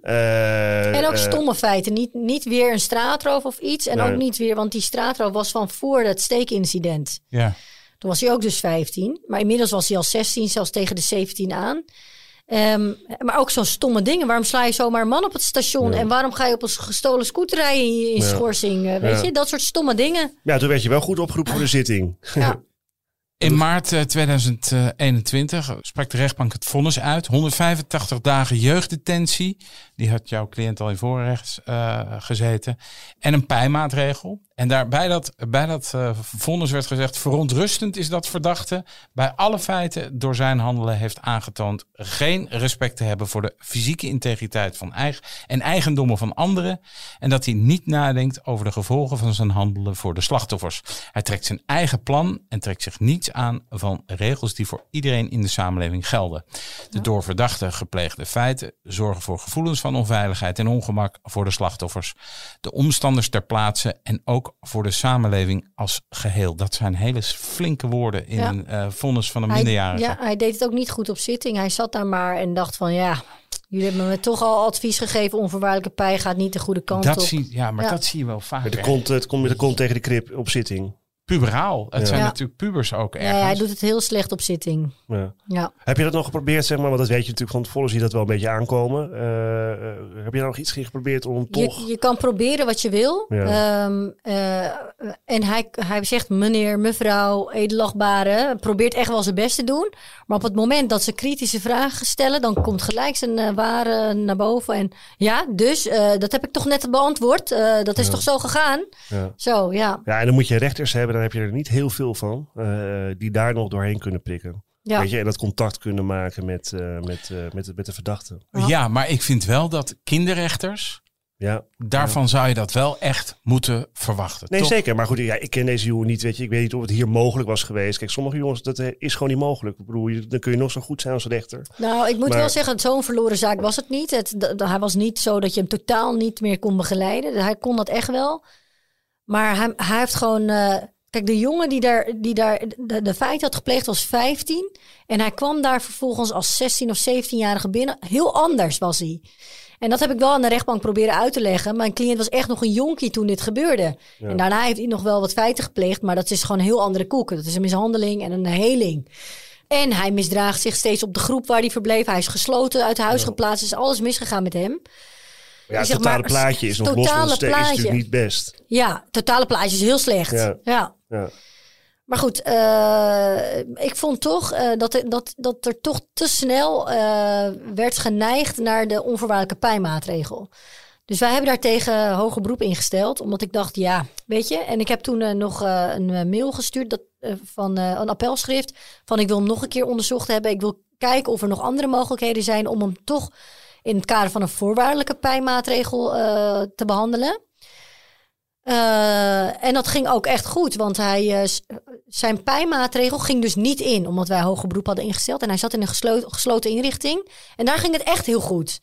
En ook stomme feiten. Niet weer een straatroof of iets. En ook niet weer, want die straatroof was van voor dat steekincident. Ja. Toen was hij ook dus 15. Maar inmiddels was hij al 16, zelfs tegen de 17 aan. Maar ook zo'n stomme dingen. Waarom sla je zomaar een man op het station? En waarom ga je op een gestolen scooter rijden in schorsing? Weet je, dat soort stomme dingen. Ja, toen werd je wel goed opgeroepen voor de zitting. Ja. In maart 2021 sprak de rechtbank het vonnis uit. 185 dagen jeugddetentie. Die had jouw cliënt al in voorrecht gezeten. En een pijmaatregel. En bij dat vonnis werd gezegd, verontrustend is dat verdachte bij alle feiten door zijn handelen heeft aangetoond geen respect te hebben voor de fysieke integriteit van eigendommen van anderen. En dat hij niet nadenkt over de gevolgen van zijn handelen voor de slachtoffers. Hij trekt zijn eigen plan en trekt zich niets aan van regels die voor iedereen in de samenleving gelden. De door verdachte gepleegde feiten zorgen voor gevoelens van onveiligheid en ongemak voor de slachtoffers, de omstanders ter plaatse en ook voor de samenleving als geheel. Dat zijn hele flinke woorden in een vonnis van een minderjarige. Ja, hij deed het ook niet goed op zitting. Hij zat daar maar en dacht van jullie hebben me toch al advies gegeven. Onvoorwaardelijke pij gaat niet de goede kant op. Dat zie je wel vaak. Het komt met de kont tegen de krip op zitting. Puberaal. Het zijn natuurlijk pubers ook ergens. Ja, hij doet het heel slecht op zitting. Ja. Heb je dat nog geprobeerd, zeg maar? Want dat weet je natuurlijk van tevoren, zie je dat wel een beetje aankomen. Heb je nog iets geprobeerd om toch... Je kan proberen wat je wil. Ja. En hij zegt, meneer, mevrouw, edelachtbare, probeert echt wel zijn best te doen. Maar op het moment dat ze kritische vragen stellen, dan komt gelijk zijn ware naar boven. En dus dat heb ik toch net beantwoord. Dat is toch zo gegaan? Ja. Zo, ja. Ja, en dan moet je rechters hebben, dan heb je er niet heel veel van, die daar nog doorheen kunnen prikken. Ja. Weet je, en dat contact kunnen maken met de verdachte. Ja, maar ik vind wel dat kinderrechters Ja. Daarvan zou je dat wel echt moeten verwachten. Nee, toch? zeker. Maar goed, ik ken deze jongen niet. Weet je. Ik weet niet of het hier mogelijk was geweest. Kijk, sommige jongens, dat is gewoon niet mogelijk. Ik bedoel, dan kun je nog zo goed zijn als rechter. Nou, ik moet wel zeggen, zo'n verloren zaak was het niet. Hij was niet zo dat je hem totaal niet meer kon begeleiden. Hij kon dat echt wel. Maar hij heeft gewoon... kijk, de jongen die daar de feit had gepleegd was 15. En hij kwam daar vervolgens als 16 of 17-jarige binnen. Heel anders was hij. En dat heb ik wel aan de rechtbank proberen uit te leggen. Mijn cliënt was echt nog een jonkie toen dit gebeurde. Ja. En daarna heeft hij nog wel wat feiten gepleegd. Maar dat is gewoon een heel andere koek. Dat is een mishandeling en een heling. En hij misdraagt zich steeds op de groep waar hij verbleef. Hij is gesloten, uit huis geplaatst. Is alles misgegaan met hem. Ja, het totale plaatje is nog los van de steek, is natuurlijk niet best. Ja, het totale plaatje is heel slecht. Ja. Maar goed, ik vond toch dat er toch te snel werd geneigd naar de onvoorwaardelijke pijmaatregel. Dus wij hebben daar tegen hoger beroep ingesteld. Omdat ik dacht, ja, weet je. En ik heb toen nog een mail gestuurd van een appelschrift. Van ik wil hem nog een keer onderzocht hebben. Ik wil kijken of er nog andere mogelijkheden zijn om hem toch in het kader van een voorwaardelijke pijmaatregel te behandelen. En dat ging ook echt goed, want zijn pijmaatregel ging dus niet in, omdat wij hoger beroep hadden ingesteld. En hij zat in een gesloten inrichting. En daar ging het echt heel goed.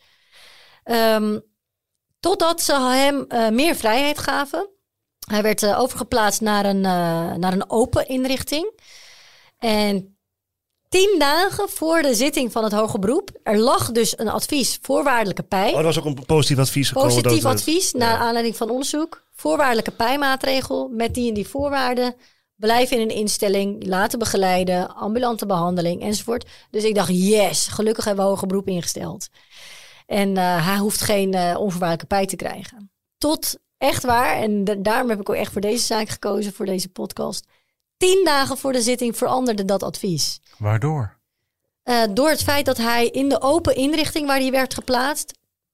Totdat ze hem meer vrijheid gaven. Hij werd overgeplaatst naar een open inrichting. En 10 dagen voor de zitting van het hoger beroep. Er lag dus een advies voorwaardelijke pij. Er was ook een positief advies gekomen. Positief advies, naar aanleiding van onderzoek. Voorwaardelijke pijmaatregel met die en die voorwaarden. Blijven in een instelling, laten begeleiden, ambulante behandeling enzovoort. Dus ik dacht, yes, gelukkig hebben we hoger beroep ingesteld. En hij hoeft geen onvoorwaardelijke pij te krijgen. Tot, echt waar, en daarom heb ik ook echt voor deze zaak gekozen, voor deze podcast. 10 dagen voor de zitting veranderde dat advies. Waardoor? Door het feit dat hij in de open inrichting waar hij werd geplaatst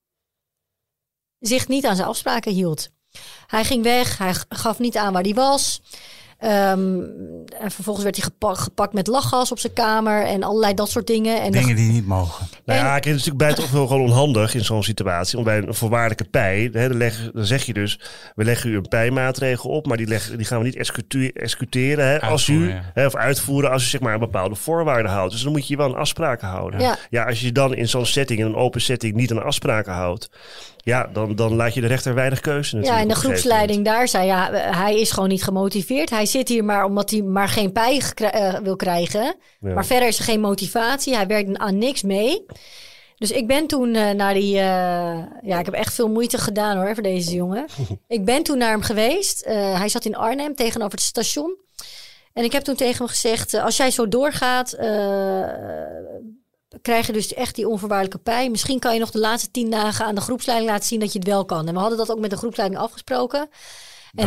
zich niet aan zijn afspraken hield. Hij ging weg, hij gaf niet aan waar hij was. En vervolgens werd hij gepakt met lachgas op zijn kamer en allerlei dat soort dingen. En dingen die niet mogen. Nou ja, het is natuurlijk buitengewoon wel gewoon onhandig in zo'n situatie. Want bij een voorwaardelijke pij, dan zeg je dus, we leggen u een pijmaatregel op, maar die gaan we niet executeren als u, of uitvoeren als u zeg maar een bepaalde voorwaarden houdt. Dus dan moet je wel aan afspraken houden. Ja, als je dan in zo'n setting, in een open setting, niet aan afspraken houdt, ja, dan laat je de rechter weinig keuze natuurlijk. Ja, en de groepsleiding daar zei, hij is gewoon niet gemotiveerd. Hij zit hier maar omdat hij maar geen pij wil krijgen. Ja. Maar verder is er geen motivatie. Hij werkt aan niks mee. Dus ik ben toen naar die... ik heb echt veel moeite gedaan hoor, voor deze jongen. Ik ben toen naar hem geweest. Hij zat in Arnhem tegenover het station. En ik heb toen tegen hem gezegd, als jij zo doorgaat, krijg je dus echt die onvoorwaardelijke pij. Misschien kan je nog de laatste 10 dagen aan de groepsleiding laten zien dat je het wel kan. En we hadden dat ook met de groepsleiding afgesproken. En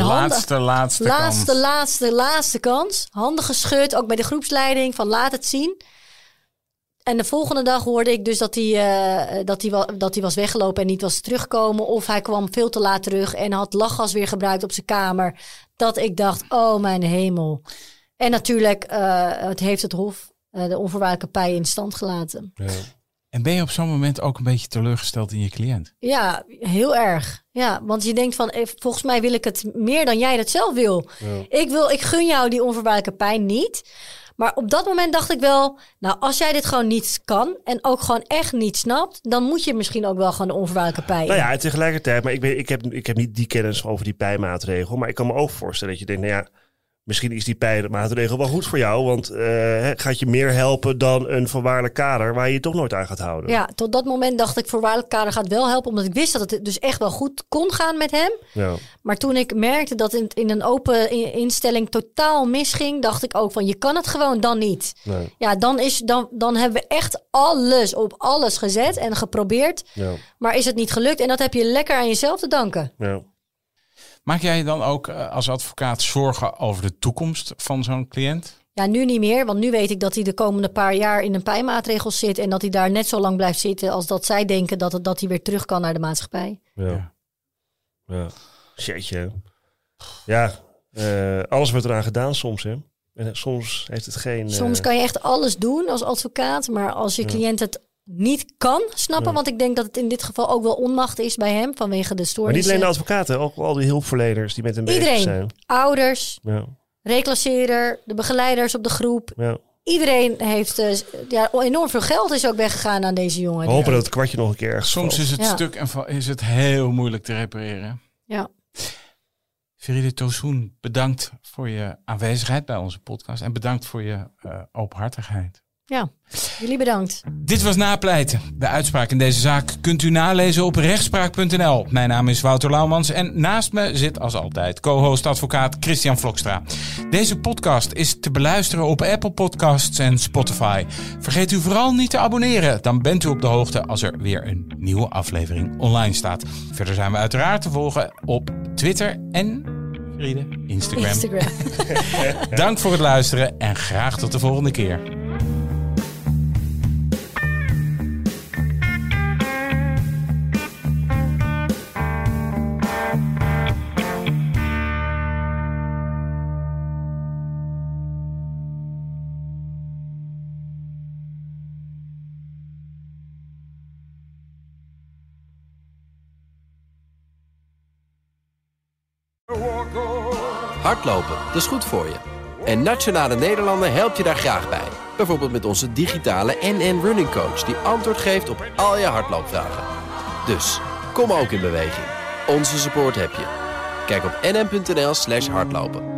laatste kans. Handen geschud, ook bij de groepsleiding, van laat het zien. En de volgende dag hoorde ik dus dat hij was weggelopen en niet was teruggekomen. Of hij kwam veel te laat terug en had lachgas weer gebruikt op zijn kamer. Dat ik dacht, oh mijn hemel. En natuurlijk, het heeft het Hof de onvoorwaardelijke pij in stand gelaten. Ja. En ben je op zo'n moment ook een beetje teleurgesteld in je cliënt? Ja, heel erg. Ja, want je denkt van, volgens mij wil ik het meer dan jij dat zelf wil. Ja. Ik gun jou die onvoorwaardelijke pij niet. Maar op dat moment dacht ik wel, nou, als jij dit gewoon niet kan en ook gewoon echt niet snapt, dan moet je misschien ook wel gewoon de onvoorwaardelijke pij. Nou ja, en tegelijkertijd, maar ik heb niet die kennis over die pijmaatregel, maar ik kan me ook voorstellen dat je denkt, nou ja, misschien is die pijmaatregel wel goed voor jou, want gaat je meer helpen dan een voorwaardelijk kader waar je je toch nooit aan gaat houden. Ja, tot dat moment dacht ik, voorwaardelijk kader gaat wel helpen, omdat ik wist dat het dus echt wel goed kon gaan met hem. Ja. Maar toen ik merkte dat het in een open instelling totaal misging, dacht ik ook van, je kan het gewoon dan niet. Nee. Ja, dan hebben we echt alles op alles gezet en geprobeerd, maar is het niet gelukt en dat heb je lekker aan jezelf te danken. Ja. Maak jij dan ook als advocaat zorgen over de toekomst van zo'n cliënt? Ja, nu niet meer. Want nu weet ik dat hij de komende paar jaar in een pijmaatregel zit. En dat hij daar net zo lang blijft zitten als dat zij denken dat hij weer terug kan naar de maatschappij. Ja. Shitje. Ja, alles wordt eraan gedaan soms, hè. En soms heeft het geen... Soms kan je echt alles doen als advocaat. Maar als je cliënt het niet kan snappen. Want ik denk dat het in dit geval ook wel onmacht is bij hem vanwege de Maar stoornissen. niet alleen de advocaten, ook al die hulpverleners die met hem bezig zijn. Iedereen, ouders, Ja. reclasseerder, de begeleiders op de groep. Ja. Iedereen heeft enorm veel geld is ook weggegaan aan deze jongen. We hopen dat het kwartje nog een keer ergens Soms valt. is het stuk en is het heel moeilijk te repareren. Ja. Feride Tosun, bedankt voor je aanwezigheid bij onze podcast. En bedankt voor je openhartigheid. Ja, jullie bedankt. Dit was Napleiten. De uitspraak in deze zaak kunt u nalezen op rechtspraak.nl. Mijn naam is Wouter Laumans en naast me zit als altijd co-host advocaat Christian Vlokstra. Deze podcast is te beluisteren op Apple Podcasts en Spotify. Vergeet u vooral niet te abonneren. Dan bent u op de hoogte als er weer een nieuwe aflevering online staat. Verder zijn we uiteraard te volgen op Twitter en Instagram. Dank voor het luisteren en graag tot de volgende keer. Hardlopen, dat is goed voor je. En Nationale Nederlanden helpt je daar graag bij. Bijvoorbeeld met onze digitale NN Running Coach... die antwoord geeft op al je hardloopvragen. Dus, kom ook in beweging. Onze support heb je. Kijk op nn.nl/hardlopen.